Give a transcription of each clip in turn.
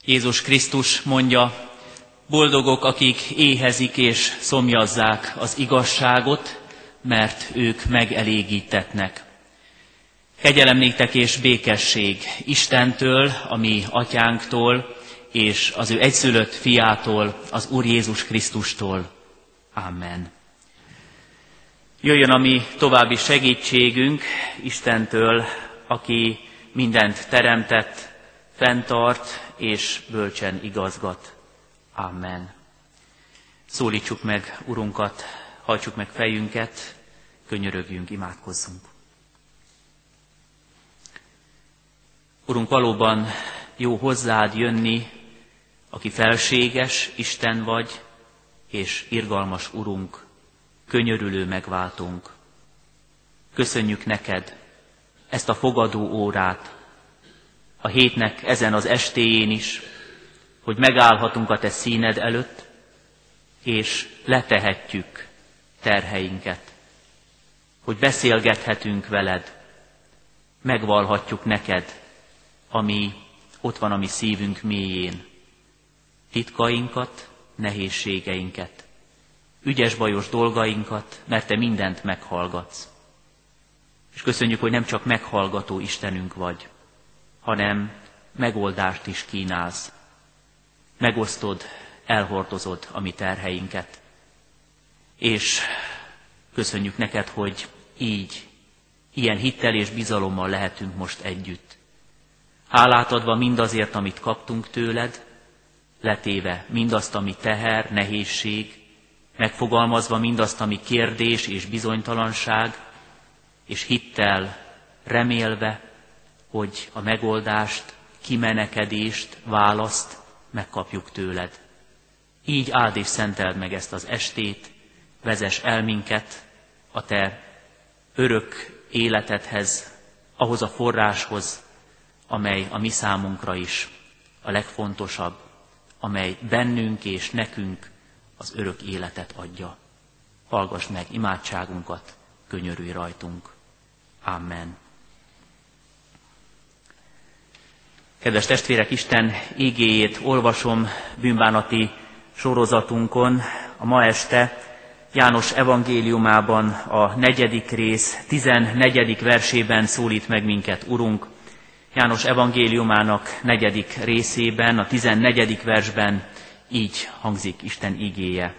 Jézus Krisztus mondja, boldogok, akik éhezik és szomjazzák az igazságot, mert ők megelégítetnek. Kegyelem néktek és békesség Istentől, a mi atyánktól, és az ő egyszülött fiától, az Úr Jézus Krisztustól. Amen. Jöjjön a mi további segítségünk Istentől, aki mindent teremtett, fenntart és bölcsen igazgat. Amen. Szólítsuk meg Urunkat, hajtsuk meg fejünket, könyörögjünk, imádkozzunk. Urunk, valóban jó hozzád jönni, aki felséges Isten vagy, és irgalmas Urunk, könyörülő megváltónk. Köszönjük neked ezt a fogadó órát, a hétnek ezen az estéjén is, hogy megállhatunk a te színed előtt, és letehetjük terheinket, hogy beszélgethetünk veled, megvallhatjuk neked, ami ott van a mi szívünk mélyén, titkainkat, nehézségeinket, ügyes-bajos dolgainkat, mert te mindent meghallgatsz. És köszönjük, hogy nem csak meghallgató Istenünk vagy, hanem megoldást is kínálsz. Megosztod, elhordozod a mi terheinket. És köszönjük neked, hogy így, ilyen hittel és bizalommal lehetünk most együtt. Hálát adva mindazért, amit kaptunk tőled, letéve mindazt, ami teher, nehézség, megfogalmazva mindazt, ami kérdés és bizonytalanság, és hittel remélve, hogy a megoldást, kimenekedést, választ megkapjuk tőled. Így áld és szenteld meg ezt az estét, vezess el minket a te örök életedhez, ahhoz a forráshoz, amely a mi számunkra is a legfontosabb, amely bennünk és nekünk az örök életet adja. Hallgass meg imádságunkat, könyörülj rajtunk. Amen. Kedves testvérek, Isten igéjét olvasom bűnbánati sorozatunkon. A ma este János evangéliumában a 4. rész 14. versében szólít meg minket Urunk. János evangéliumának 4. részében, a 14. versben így hangzik Isten igéje.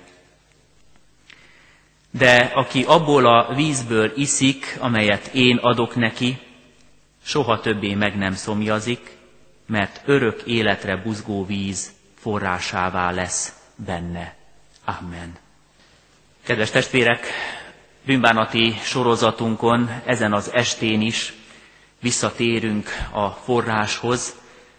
De aki abból a vízből iszik, amelyet én adok neki, soha többé meg nem szomjazik, mert örök életre buzgó víz forrásává lesz benne. Amen. Kedves testvérek, bűnbánati sorozatunkon ezen az estén is visszatérünk a forráshoz.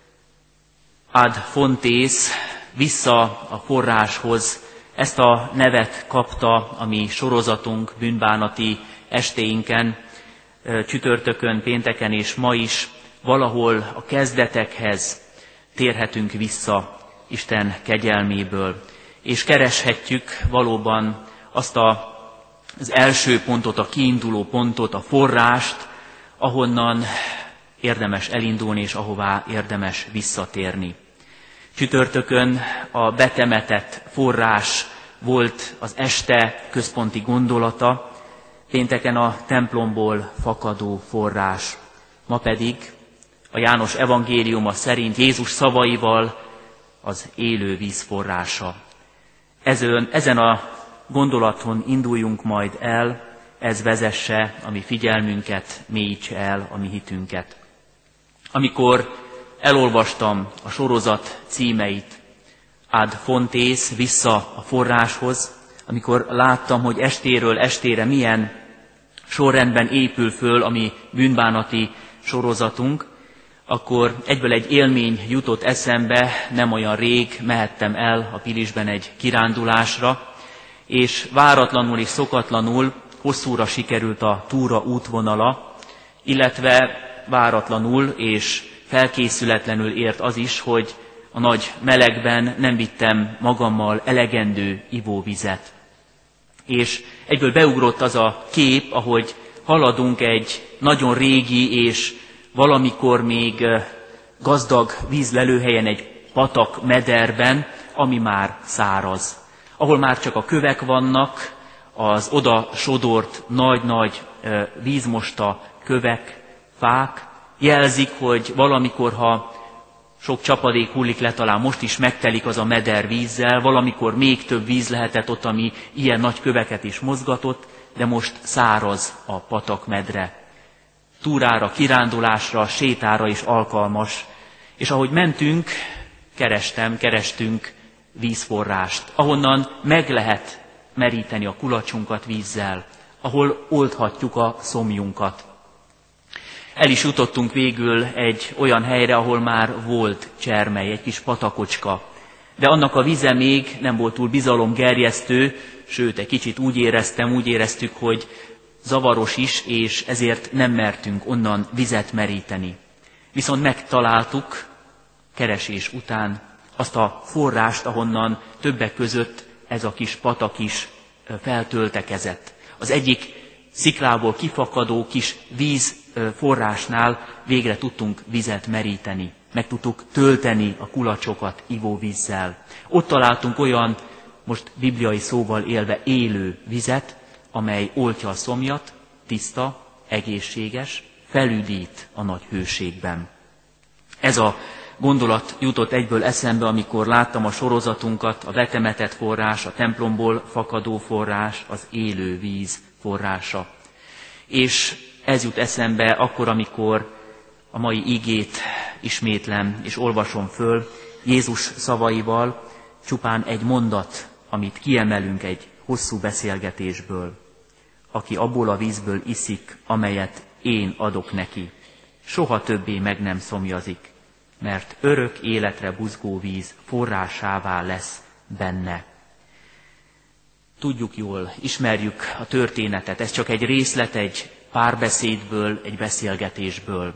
Ad fontes, vissza a forráshoz. Ezt a nevet kapta a mi sorozatunk bűnbánati estéinken, csütörtökön, pénteken és ma is. Valahol a kezdetekhez térhetünk vissza Isten kegyelméből, és kereshetjük valóban azt az első pontot, a kiinduló pontot, a forrást, ahonnan érdemes elindulni, és ahová érdemes visszatérni. Csütörtökön a betemetett forrás volt az este központi gondolata, pénteken a templomból fakadó forrás, ma pedig a János evangéliuma szerint Jézus szavaival az élő víz forrása. Ezen a gondolaton induljunk majd el, ez vezesse a mi figyelmünket, mélyítse el a mi hitünket. Amikor elolvastam a sorozat címeit, ad fontes, vissza a forráshoz, amikor láttam, hogy estéről estére milyen sorrendben épül föl a mi bűnbánati sorozatunk, akkor egyből egy élmény jutott eszembe, nem olyan rég mehettem el a Pilisben egy kirándulásra, és váratlanul és szokatlanul hosszúra sikerült a túra útvonala, illetve váratlanul és felkészületlenül ért az is, hogy a nagy melegben nem vittem magammal elegendő ivóvizet. És egyből beugrott az a kép, ahogy haladunk egy nagyon régi és valamikor még gazdag vízlelőhelyen, egy patak mederben, ami már száraz. Ahol már csak a kövek vannak, az oda sodort nagy-nagy vízmosta kövek, fák, jelzik, hogy valamikor, ha sok csapadék hullik le, talán most is megtelik az a meder vízzel, valamikor még több víz lehetett ott, ami ilyen nagy köveket is mozgatott, de most száraz a patakmedre. Túrára, kirándulásra, sétára is alkalmas. És ahogy mentünk, kerestünk vízforrást, ahonnan meg lehet meríteni a kulacsunkat vízzel, ahol oldhatjuk a szomjunkat. El is jutottunk végül egy olyan helyre, ahol már volt csermely, egy kis patakocska, de annak a vize még nem volt túl bizalomgerjesztő, sőt, egy kicsit úgy éreztük, hogy zavaros is, és ezért nem mertünk onnan vizet meríteni. Viszont megtaláltuk, keresés után, azt a forrást, ahonnan többek között ez a kis patak is feltöltekezett. Az egyik sziklából kifakadó kis vízforrásnál végre tudtunk vizet meríteni. Meg tudtuk tölteni a kulacsokat ivóvízzel. Ott találtunk olyan, most bibliai szóval élve, élő vizet, amely oltja a szomjat, tiszta, egészséges, felüdít a nagy hőségben. Ez a gondolat jutott egyből eszembe, amikor láttam a sorozatunkat, a betemetett forrás, a templomból fakadó forrás, az élő víz forrása. És ez jut eszembe akkor, amikor a mai igét ismétlem és olvasom föl Jézus szavaival, csupán egy mondat, amit kiemelünk egy hosszú beszélgetésből. Aki abból a vízből iszik, amelyet én adok neki, soha többé meg nem szomjazik, mert örök életre buzgó víz forrásává lesz benne. Tudjuk jól, ismerjük a történetet, ez csak egy részlet egy párbeszédből, egy beszélgetésből.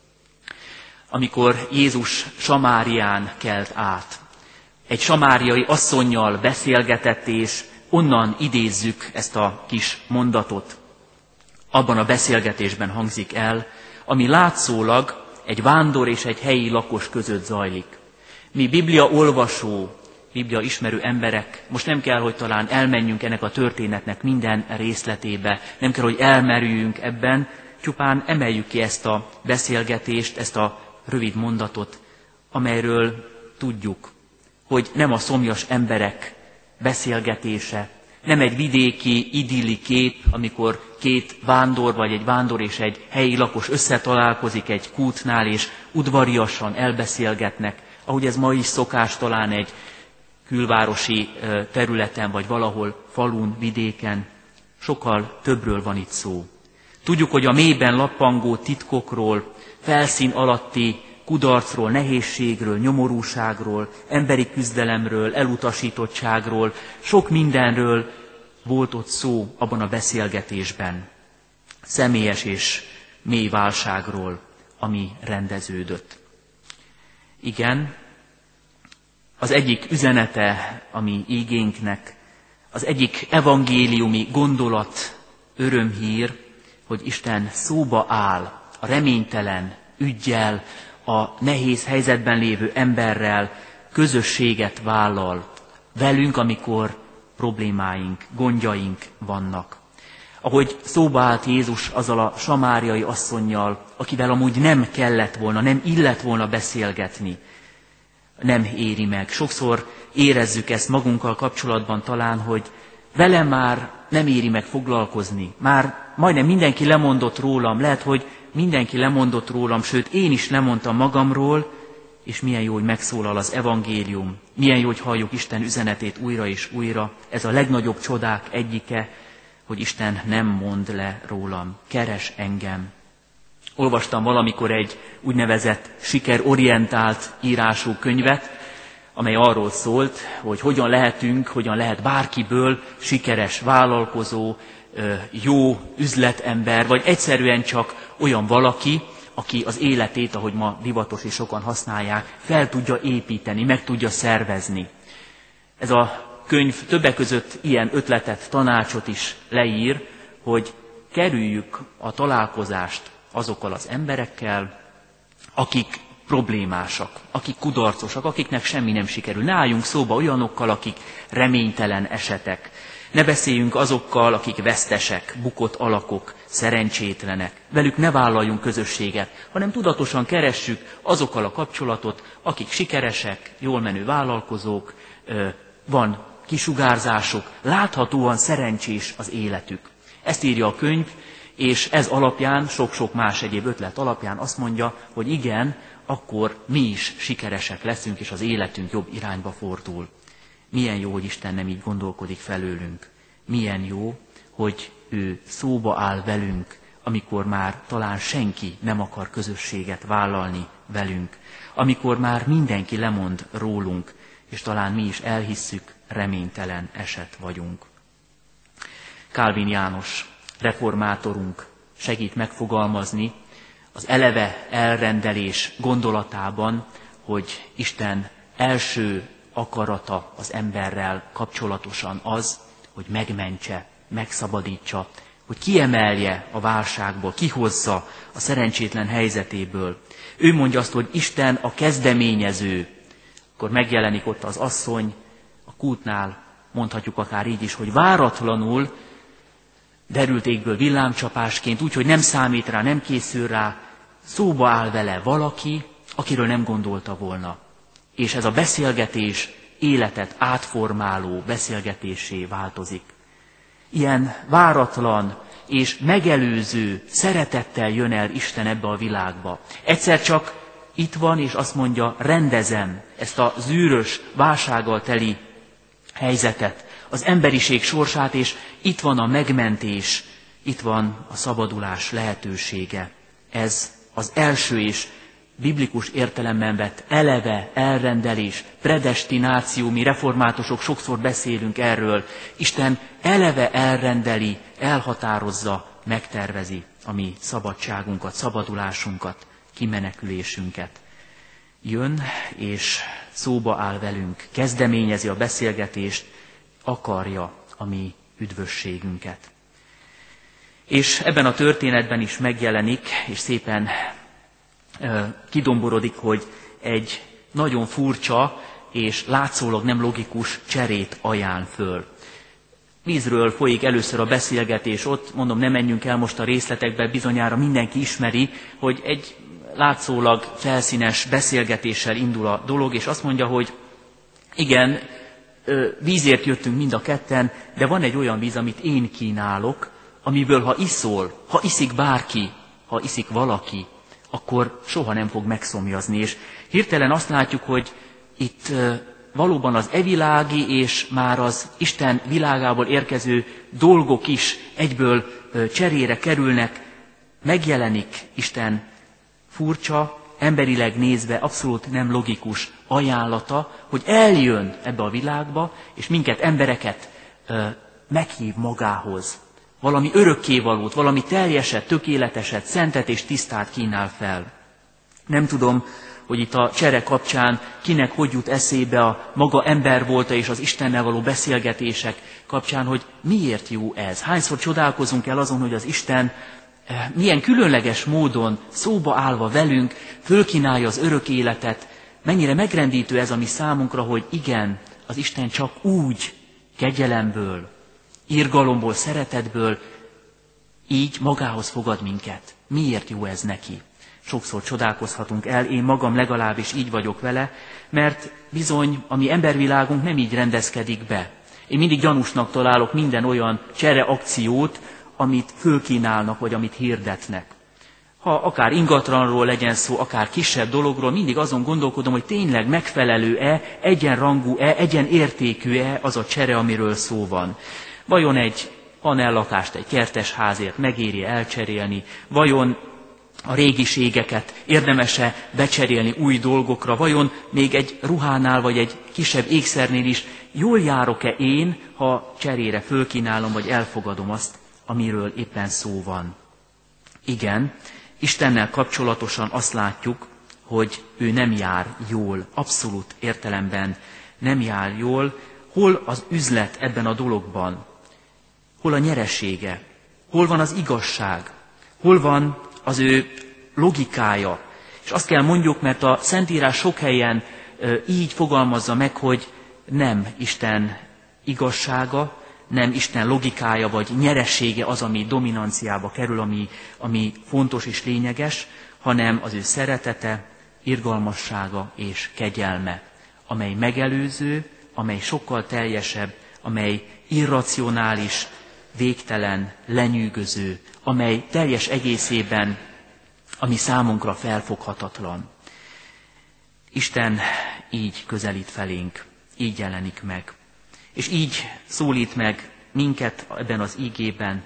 Amikor Jézus Samárián kelt át, egy samáriai asszonnyal beszélgetett, és onnan idézzük ezt a kis mondatot. Abban a beszélgetésben hangzik el, ami látszólag egy vándor és egy helyi lakos között zajlik. Mi Biblia olvasó, Biblia ismerő emberek, most nem kell, hogy talán elmenjünk ennek a történetnek minden részletébe, nem kell, hogy elmerüljünk ebben, csupán emeljük ki ezt a beszélgetést, ezt a rövid mondatot, amelyről tudjuk, hogy nem a szomjas emberek beszélgetése, nem egy vidéki, idilli kép, amikor két vándor, vagy egy vándor és egy helyi lakos összetalálkozik egy kútnál, és udvariasan elbeszélgetnek, ahogy ez ma is szokás talán egy külvárosi területen, vagy valahol falun, vidéken. Sokkal többről van itt szó. Tudjuk, hogy a mélyben lappangó titkokról, felszín alatti kudarcról, nehézségről, nyomorúságról, emberi küzdelemről, elutasítottságról, sok mindenről volt ott szó abban a beszélgetésben. Személyes és mély válságról, ami rendeződött. Igen, az egyik üzenete a mi ígénknek, az egyik evangéliumi gondolat, örömhír, hogy Isten szóba áll a reménytelen üggyel, a nehéz helyzetben lévő emberrel, közösséget vállal velünk, amikor problémáink, gondjaink vannak. Ahogy szóba állt Jézus azzal a samáriai asszonnyal, akivel amúgy nem kellett volna, nem illett volna beszélgetni, nem éri meg. Sokszor érezzük ezt magunkkal kapcsolatban talán, hogy vele már nem éri meg foglalkozni. Már majdnem mindenki lemondott rólam, lehet, hogy mindenki lemondott rólam, sőt én is lemondtam magamról, és milyen jó, hogy megszólal az evangélium, milyen jó, hogy halljuk Isten üzenetét újra és újra. Ez a legnagyobb csodák egyike, hogy Isten nem mond le rólam, keres engem. Olvastam valamikor egy úgynevezett sikerorientált írású könyvet, amely arról szólt, hogy hogyan lehet bárkiből sikeres vállalkozó, jó üzletember, vagy egyszerűen csak olyan valaki, aki az életét, ahogy ma divatos és sokan használják, fel tudja építeni, meg tudja szervezni. Ez a könyv többek között ilyen ötletet, tanácsot is leír, hogy kerüljük a találkozást azokkal az emberekkel, akik problémásak, akik kudarcosak, akiknek semmi nem sikerül. Ne álljunk szóba olyanokkal, akik reménytelen esetek. Ne beszéljünk azokkal, akik vesztesek, bukott alakok, szerencsétlenek. Velük ne vállaljunk közösséget, hanem tudatosan keressük azokkal a kapcsolatot, akik sikeresek, jól menő vállalkozók, van kisugárzásuk, láthatóan szerencsés az életük. Ezt írja a könyv, és ez alapján, sok-sok más egyéb ötlet alapján azt mondja, hogy igen, akkor mi is sikeresek leszünk, és az életünk jobb irányba fordul. Milyen jó, hogy Isten nem így gondolkodik felőlünk. Milyen jó, hogy ő szóba áll velünk, amikor már talán senki nem akar közösséget vállalni velünk. Amikor már mindenki lemond rólunk, és talán mi is elhisszük, reménytelen eset vagyunk. Kálvin János, reformátorunk segít megfogalmazni az eleve elrendelés gondolatában, hogy Isten első akarata az emberrel kapcsolatosan az, hogy megmentse, megszabadítsa, hogy kiemelje a válságból, kihozza a szerencsétlen helyzetéből. Ő mondja azt, hogy Isten a kezdeményező. Akkor megjelenik ott az asszony, a kútnál, mondhatjuk akár így is, hogy váratlanul, derült égből villámcsapásként, úgyhogy nem számít rá, nem készül rá, szóba áll vele valaki, akiről nem gondolta volna. És ez a beszélgetés életet átformáló beszélgetésé változik. Ilyen váratlan és megelőző szeretettel jön el Isten ebbe a világba. Egyszer csak itt van, és azt mondja, rendezem ezt a zűrös, válsággal teli helyzetet, az emberiség sorsát, és itt van a megmentés, itt van a szabadulás lehetősége. Ez az első és biblikus értelemben vett eleve elrendelés, predestináció, mi reformátusok sokszor beszélünk erről. Isten eleve elrendeli, elhatározza, megtervezi a mi szabadságunkat, szabadulásunkat, kimenekülésünket. Jön és szóba áll velünk, kezdeményezi a beszélgetést, akarja a mi üdvösségünket. És ebben a történetben is megjelenik, és szépen kidomborodik, hogy egy nagyon furcsa és látszólag nem logikus cserét ajánl föl. Vízről folyik először a beszélgetés ott, mondom, nem menjünk el most a részletekbe, bizonyára mindenki ismeri, hogy egy látszólag felszínes beszélgetéssel indul a dolog, és azt mondja, hogy igen, vízért jöttünk mind a ketten, de van egy olyan víz, amit én kínálok, amiből ha iszol, ha iszik bárki, ha iszik valaki, akkor soha nem fog megszomjazni. És hirtelen azt látjuk, hogy itt valóban az evilági és már az Isten világából érkező dolgok is egyből cserére kerülnek, megjelenik Isten furcsa, emberileg nézve abszolút nem logikus ajánlata, hogy eljön ebbe a világba, és minket, embereket meghív magához. Valami örökkévalót, valami teljeset, tökéleteset, szentet és tisztát kínál fel. Nem tudom, hogy itt a csere kapcsán kinek hogy jut eszébe a maga ember volta és az Istennel való beszélgetések kapcsán, hogy miért jó ez. Hányszor csodálkozunk el azon, hogy az Isten milyen különleges módon szóba állva velünk fölkínálja az örök életet. Mennyire megrendítő ez a mi számunkra, hogy igen, az Isten csak úgy kegyelemből, irgalomból, szeretetből így magához fogad minket. Miért jó ez neki? Sokszor csodálkozhatunk el, én magam legalábbis így vagyok vele, mert bizony a mi embervilágunk nem így rendezkedik be. Én mindig gyanúsnak találok minden olyan csereakciót, amit fölkínálnak, vagy amit hirdetnek. Ha akár ingatlanról legyen szó, akár kisebb dologról, mindig azon gondolkodom, hogy tényleg megfelelő-e, egyenrangú-e, egyenértékű-e az a csere, amiről szó van. Vajon egy panellakást egy kertesházért megéri elcserélni? Vajon a régiségeket érdemes-e becserélni új dolgokra? Vajon még egy ruhánál vagy egy kisebb ékszernél is jól járok-e én, ha cserére fölkínálom vagy elfogadom azt, amiről éppen szó van? Igen, Istennel kapcsolatosan azt látjuk, hogy ő nem jár jól, abszolút értelemben nem jár jól. Hol az üzlet ebben a dologban? Hol a nyeresége? Hol van az igazság? Hol van az ő logikája? És azt kell mondjuk, mert a Szentírás sok helyen így fogalmazza meg, hogy nem Isten igazsága, nem Isten logikája vagy nyeressége az, ami dominanciába kerül, ami fontos és lényeges, hanem az ő szeretete, irgalmassága és kegyelme, amely megelőző, amely sokkal teljesebb, amely irracionális, végtelen, lenyűgöző, amely teljes egészében, ami számunkra felfoghatatlan. Isten így közelít felénk, így jelenik meg. És így szólít meg minket ebben az ígében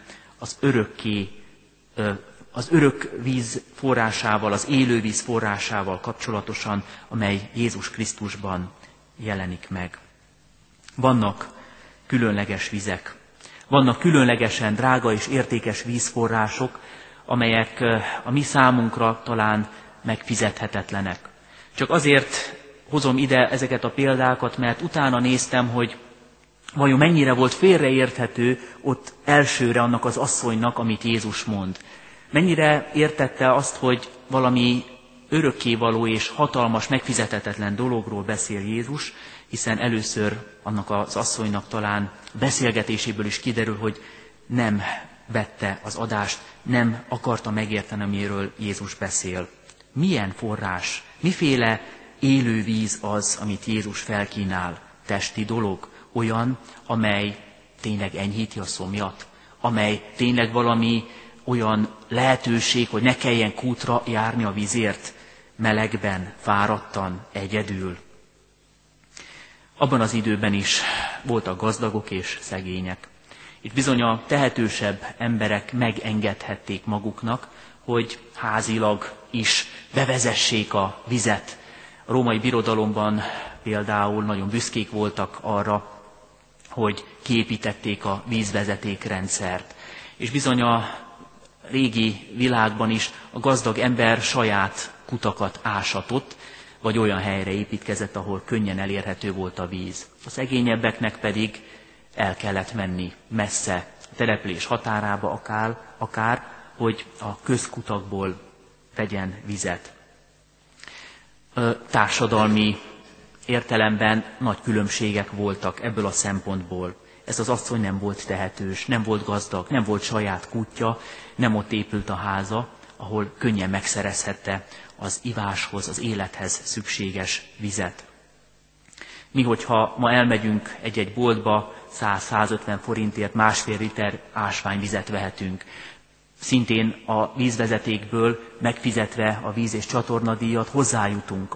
az örök víz forrásával, az élő víz forrásával kapcsolatosan, amely Jézus Krisztusban jelenik meg. Vannak különleges vizek, vannak különlegesen drága és értékes vízforrások, amelyek a mi számunkra talán megfizethetetlenek. Csak azért hozom ide ezeket a példákat, mert utána néztem, hogy vajon mennyire volt félreérthető ott elsőre annak az asszonynak, amit Jézus mond. Mennyire értette azt, hogy valami örökkévaló és hatalmas, megfizethetetlen dologról beszél Jézus, hiszen először annak az asszonynak talán beszélgetéséből is kiderül, hogy nem vette az adást, nem akarta megérteni, amiről Jézus beszél. Milyen forrás, miféle élő víz az, amit Jézus felkínál? Testi dolog? Olyan, amely tényleg enyhíti a szomjat? Amely tényleg valami olyan lehetőség, hogy ne kelljen kútra járni a vízért, melegben, fáradtan, egyedül? Abban az időben is voltak gazdagok és szegények. Itt bizony a tehetősebb emberek megengedhették maguknak, hogy házilag is bevezessék a vizet. A római birodalomban például nagyon büszkék voltak arra, hogy kiépítették a vízvezetékrendszert. És bizony a régi világban is a gazdag ember saját kutakat ásatott, vagy olyan helyre építkezett, ahol könnyen elérhető volt a víz. A szegényebbeknek pedig el kellett menni messze, a település határába akár, hogy a közkutakból vegyen vizet. Társadalmi értelemben nagy különbségek voltak ebből a szempontból. Ez az asszony nem volt tehetős, nem volt gazdag, nem volt saját kútja, nem ott épült a háza, ahol könnyen megszerezhette az iváshoz, az élethez szükséges vizet. Mi, hogyha ma elmegyünk egy-egy boltba, 100-150 forintért másfél liter ásványvizet vehetünk. Szintén a vízvezetékből megfizetve a víz- és csatornadíjat hozzájutunk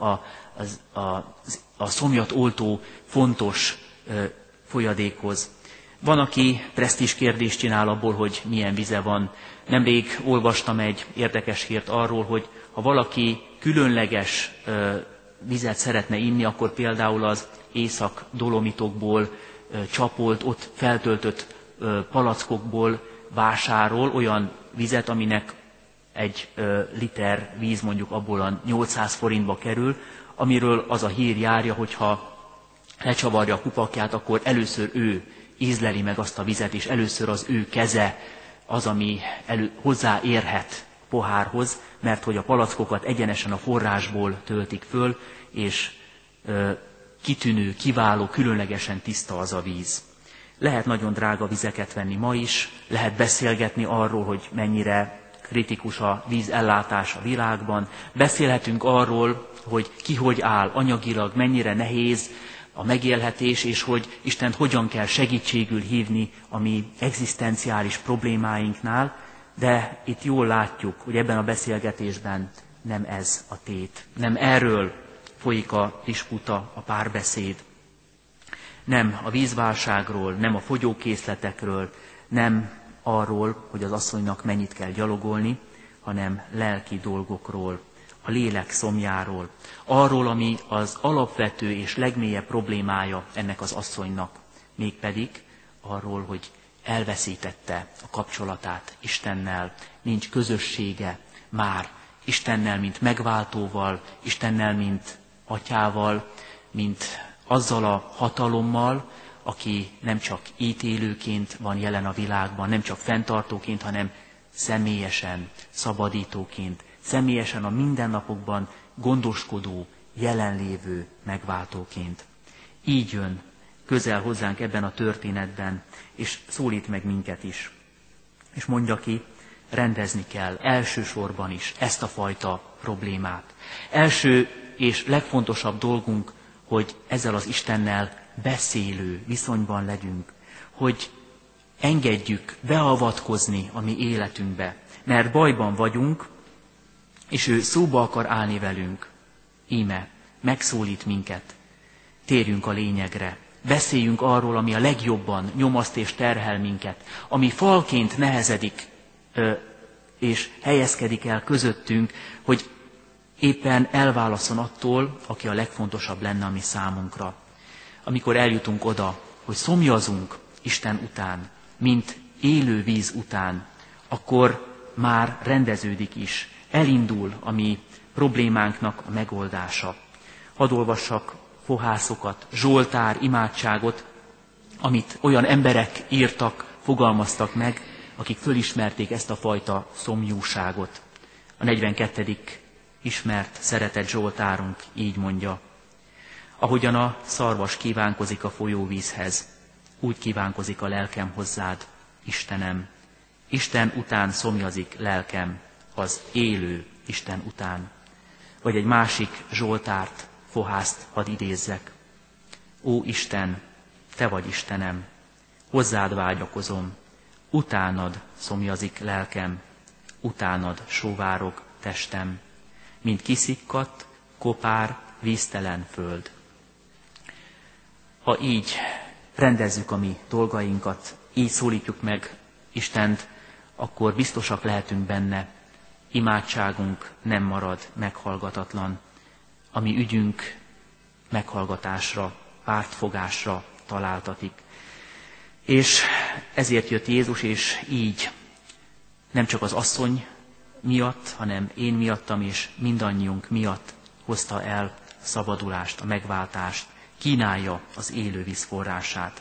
a szomjat oltó fontos folyadékhoz. Van, aki presztízs kérdést csinál abból, hogy milyen vize van. Nemrég olvastam egy érdekes hírt arról, hogy ha valaki különleges vizet szeretne inni, akkor például az Észak-Dolomitokból csapolt, ott feltöltött palackokból vásárol olyan vizet, aminek egy liter víz mondjuk abból a 800 forintba kerül, amiről az a hír járja, hogyha lecsavarja a kupakját, akkor először ő ízleli meg azt a vizet, és először az ő keze az, ami hozzáérhet pohárhoz, mert hogy a palackokat egyenesen a forrásból töltik föl, és kitűnő, kiváló, különlegesen tiszta az a víz. Lehet nagyon drága vizeket venni ma is, lehet beszélgetni arról, hogy mennyire kritikus a vízellátás a világban. Beszélhetünk arról, hogy ki hogy áll anyagilag, mennyire nehéz a megélhetés, és hogy Istent hogyan kell segítségül hívni a mi egzisztenciális problémáinknál, de itt jól látjuk, hogy ebben a beszélgetésben nem ez a tét. Nem erről folyik a disputa, a párbeszéd. Nem a vízválságról, nem a fogyókészletekről, nem arról, hogy az asszonynak mennyit kell gyalogolni, hanem lelki dolgokról, a lélek szomjáról, arról, ami az alapvető és legmélyebb problémája ennek az asszonynak, mégpedig arról, hogy elveszítette a kapcsolatát Istennel, nincs közössége már Istennel, mint megváltóval, Istennel, mint atyával, mint azzal a hatalommal, aki nem csak ítélőként van jelen a világban, nem csak fenntartóként, hanem személyesen, szabadítóként, személyesen a mindennapokban gondoskodó, jelenlévő megváltóként. Így jön közel hozzánk ebben a történetben, és szólít meg minket is. És mondja ki, rendezni kell elsősorban is ezt a fajta problémát. Első és legfontosabb dolgunk, hogy ezzel az Istennel beszélő viszonyban legyünk, hogy engedjük beavatkozni a mi életünkbe, mert bajban vagyunk, és ő szóba akar állni velünk. Íme, megszólít minket. Térjünk a lényegre. Beszéljünk arról, ami a legjobban nyomaszt és terhel minket, ami falként nehezedik és helyezkedik el közöttünk, hogy éppen elválasszon attól, aki a legfontosabb lenne a mi számunkra. Amikor eljutunk oda, hogy szomjazunk Isten után, mint élő víz után, akkor már rendeződik is, elindul a mi problémánknak a megoldása. Hadd olvassak fohászokat, zsoltár, imádságot, amit olyan emberek írtak, fogalmaztak meg, akik fölismerték ezt a fajta szomjúságot. A 42. ismert, szeretett zsoltárunk így mondja: ahogyan a szarvas kívánkozik a folyóvízhez, úgy kívánkozik a lelkem hozzád, Istenem. Isten után szomjazik lelkem, az élő Isten után. Vagy egy másik zsoltárt, fohászt hadd idézzek. Ó Isten, te vagy Istenem, hozzád vágyakozom, utánad szomjazik lelkem, utánad sóvárog testem, mint kiszikkadt, kopár, víztelen föld. Ha így rendezzük a mi dolgainkat, így szólítjuk meg Istent, akkor biztosak lehetünk benne, imádságunk nem marad meghallgatatlan, a mi ügyünk meghallgatásra, pártfogásra találtatik. És ezért jött Jézus, és így nem csak az asszony miatt, hanem én miattam és mindannyiunk miatt hozta el a szabadulást, a megváltást, kínálja az élő víz forrását.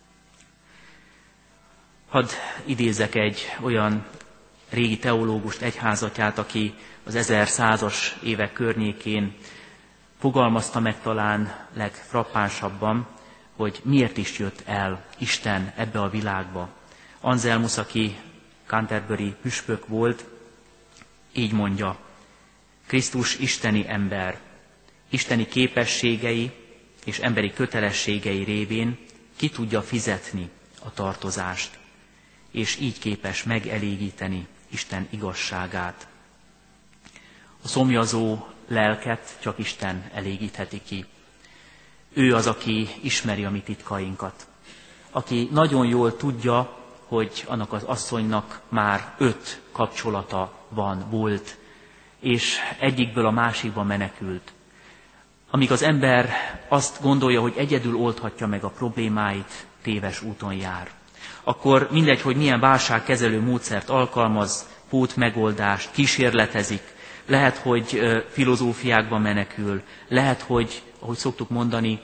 Hadd idézek egy olyan régi teológust, egyházatját, aki az 1100-as évek környékén fogalmazta meg talán legfrappánsabban, hogy miért is jött el Isten ebbe a világba. Anselmus, aki Canterbury püspök volt, így mondja: Krisztus isteni ember, isteni képességei és emberi kötelességei révén ki tudja fizetni a tartozást, és így képes megelégíteni Isten igazságát. A szomjazó lelket csak Isten elégítheti ki. Ő az, aki ismeri a mi titkainkat, aki nagyon jól tudja, hogy annak az asszonynak már 5 kapcsolata volt, és egyikből a másikba menekült. Amíg az ember azt gondolja, hogy egyedül oldhatja meg a problémáit, téves úton jár. Akkor mindegy, hogy milyen válságkezelő módszert alkalmaz, pótmegoldást, kísérletezik, lehet, hogy filozófiákba menekül, lehet, hogy, ahogy szoktuk mondani,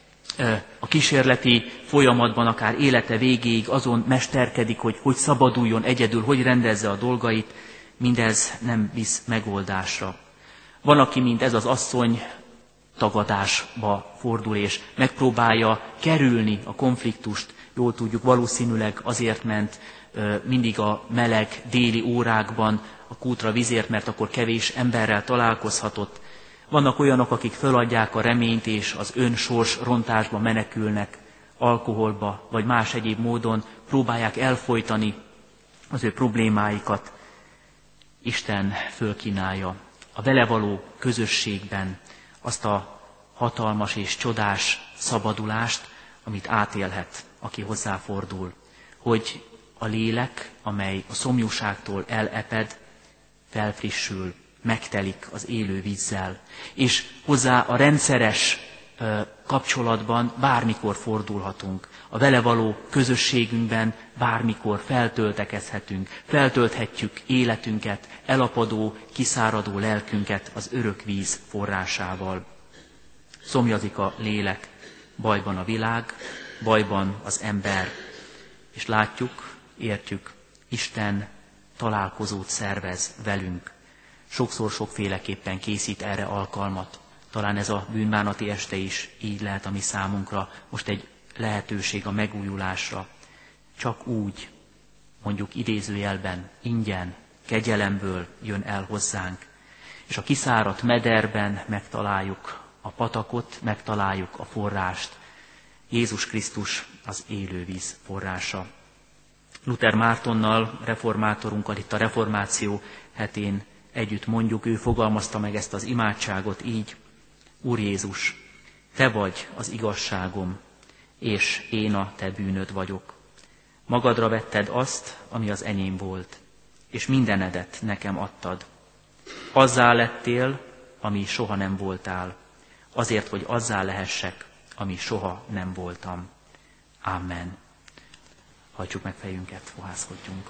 a kísérleti folyamatban akár élete végéig azon mesterkedik, hogy szabaduljon egyedül, hogy rendezze a dolgait, mindez nem visz megoldásra. Van, aki, mint ez az asszony, tagadásba fordul, és megpróbálja kerülni a konfliktust. Jól tudjuk, valószínűleg azért ment mindig a meleg déli órákban a kútra vízért, mert akkor kevés emberrel találkozhatott. Vannak olyanok, akik föladják a reményt, és az önsors rontásba menekülnek, alkoholba, vagy más egyéb módon próbálják elfojtani az ő problémáikat. Isten fölkínálja a vele való közösségben azt a hatalmas és csodás szabadulást, amit átélhet, aki hozzáfordul, hogy a lélek, amely a szomjúságtól eleped, felfrissül, megtelik az élő vízzel, és hozzá a rendszeres kapcsolatban bármikor fordulhatunk. A vele való közösségünkben bármikor feltöltekezhetünk, feltölthetjük életünket, elapadó, kiszáradó lelkünket az örök víz forrásával. Szomjazik a lélek, bajban a világ, bajban az ember, és látjuk, értjük, Isten találkozót szervez velünk. sokszor sokféleképpen készít erre alkalmat. Talán ez a bűnbánati este is így lehet a mi számunkra, most egy lehetőség a megújulásra. Csak úgy, mondjuk idézőjelben, ingyen, kegyelemből jön el hozzánk. És a kiszáradt mederben megtaláljuk a patakot, megtaláljuk a forrást. Jézus Krisztus az élő víz forrása. Luther Mártonnal, reformátorunkkal itt a reformáció hetén együtt mondjuk, ő fogalmazta meg ezt az imádságot így: Úr Jézus, Te vagy az igazságom, és én a Te bűnöd vagyok. Magadra vetted azt, ami az enyém volt, és mindenedet nekem adtad. Azzá lettél, ami soha nem voltál, azért, hogy azzá lehessek, ami soha nem voltam. Amen. Hajtsuk meg fejünket, fohászkodjunk.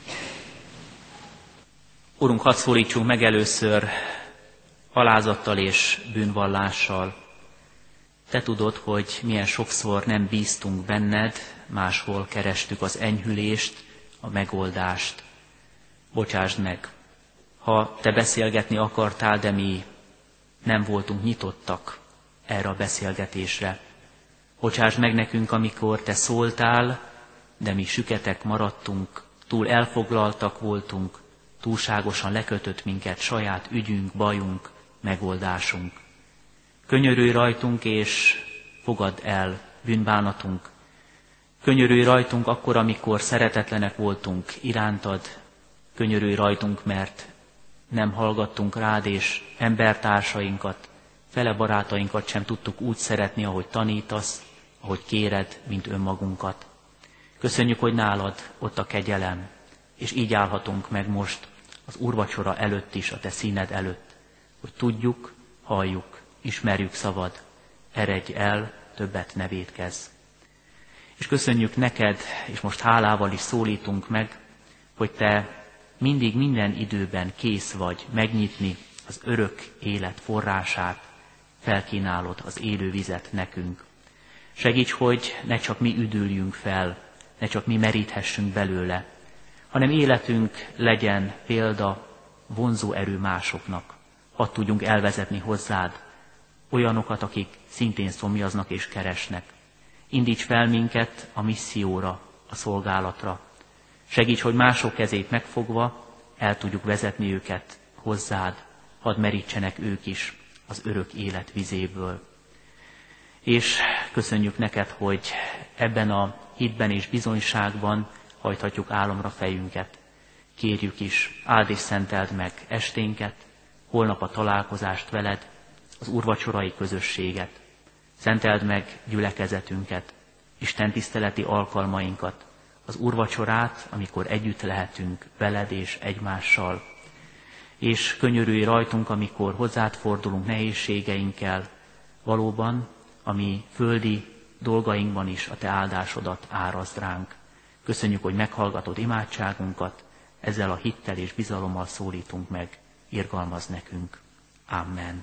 Urunk, hadd szólítsunk meg először alázattal és bűnvallással. Te tudod, hogy milyen sokszor nem bíztunk benned, máshol kerestük az enyhülést, a megoldást. Bocsásd meg, ha Te beszélgetni akartál, de mi nem voltunk nyitottak erre a beszélgetésre. Bocsásd meg nekünk, amikor Te szóltál, de mi süketek maradtunk, túl elfoglaltak voltunk, túlságosan lekötött minket saját ügyünk, bajunk, megoldásunk. Könyörülj rajtunk, és fogadd el bűnbánatunk. Könyörülj rajtunk akkor, amikor szeretetlenek voltunk irántad. Könyörülj rajtunk, mert nem hallgattunk rád, és embertársainkat, fele barátainkat sem tudtuk úgy szeretni, ahogy tanítasz, ahogy kéred, mint önmagunkat. Köszönjük, hogy nálad ott a kegyelem, és így állhatunk meg most az úrvacsora előtt is, a Te színed előtt, hogy tudjuk, halljuk, ismerjük szavad, eredj el, többet ne vétkezz. És köszönjük neked, és most hálával is szólítunk meg, hogy Te mindig minden időben kész vagy megnyitni az örök élet forrását, felkínálod az élő vizet nekünk. Segíts, hogy ne csak mi üdüljünk fel, ne csak mi meríthessünk belőle, hanem életünk legyen példa, vonzó erő másoknak. Hadd tudjunk elvezetni hozzád olyanokat, akik szintén szomjaznak és keresnek. Indíts fel minket a misszióra, a szolgálatra. Segíts, hogy mások kezét megfogva el tudjuk vezetni őket hozzád, hadd merítsenek ők is az örök élet vizéből. És köszönjük neked, hogy ebben a hitben és bizonyságban hajthatjuk álomra fejünket. Kérjük is, áld és szenteld meg esténket, holnap a találkozást veled, az úrvacsorai közösséget. Szenteld meg gyülekezetünket, Isten tiszteleti alkalmainkat, az úrvacsorát, amikor együtt lehetünk veled és egymással. És könyörülj rajtunk, amikor hozzád fordulunk nehézségeinkkel, valóban, ami földi dolgainkban is a Te áldásodat árazd ránk. Köszönjük, hogy meghallgatod imádságunkat, ezzel a hittel és bizalommal szólítunk meg, irgalmazd nekünk. Amen.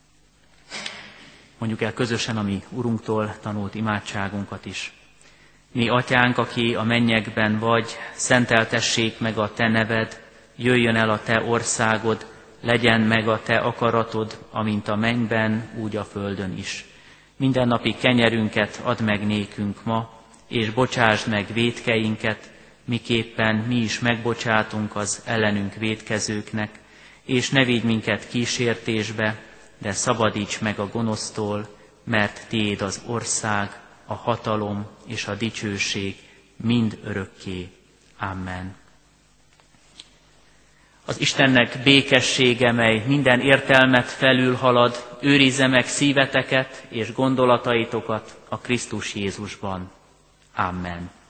Mondjuk el közösen a mi Urunktól tanult imádságunkat is. Mi Atyánk, aki a mennyekben vagy, szenteltessék meg a Te neved, jöjjön el a Te országod, legyen meg a Te akaratod, amint a mennyben, úgy a földön is. Mindennapi kenyerünket add meg nékünk ma, és bocsásd meg vétkeinket, miképpen mi is megbocsátunk az ellenünk vétkezőknek, és ne vigy minket kísértésbe, de szabadíts meg a gonosztól, mert Tiéd az ország, a hatalom és a dicsőség mind örökké. Amen. Az Istennek békessége, mely minden értelmet felülhalad, őrizze meg szíveteket és gondolataitokat a Krisztus Jézusban. Amen.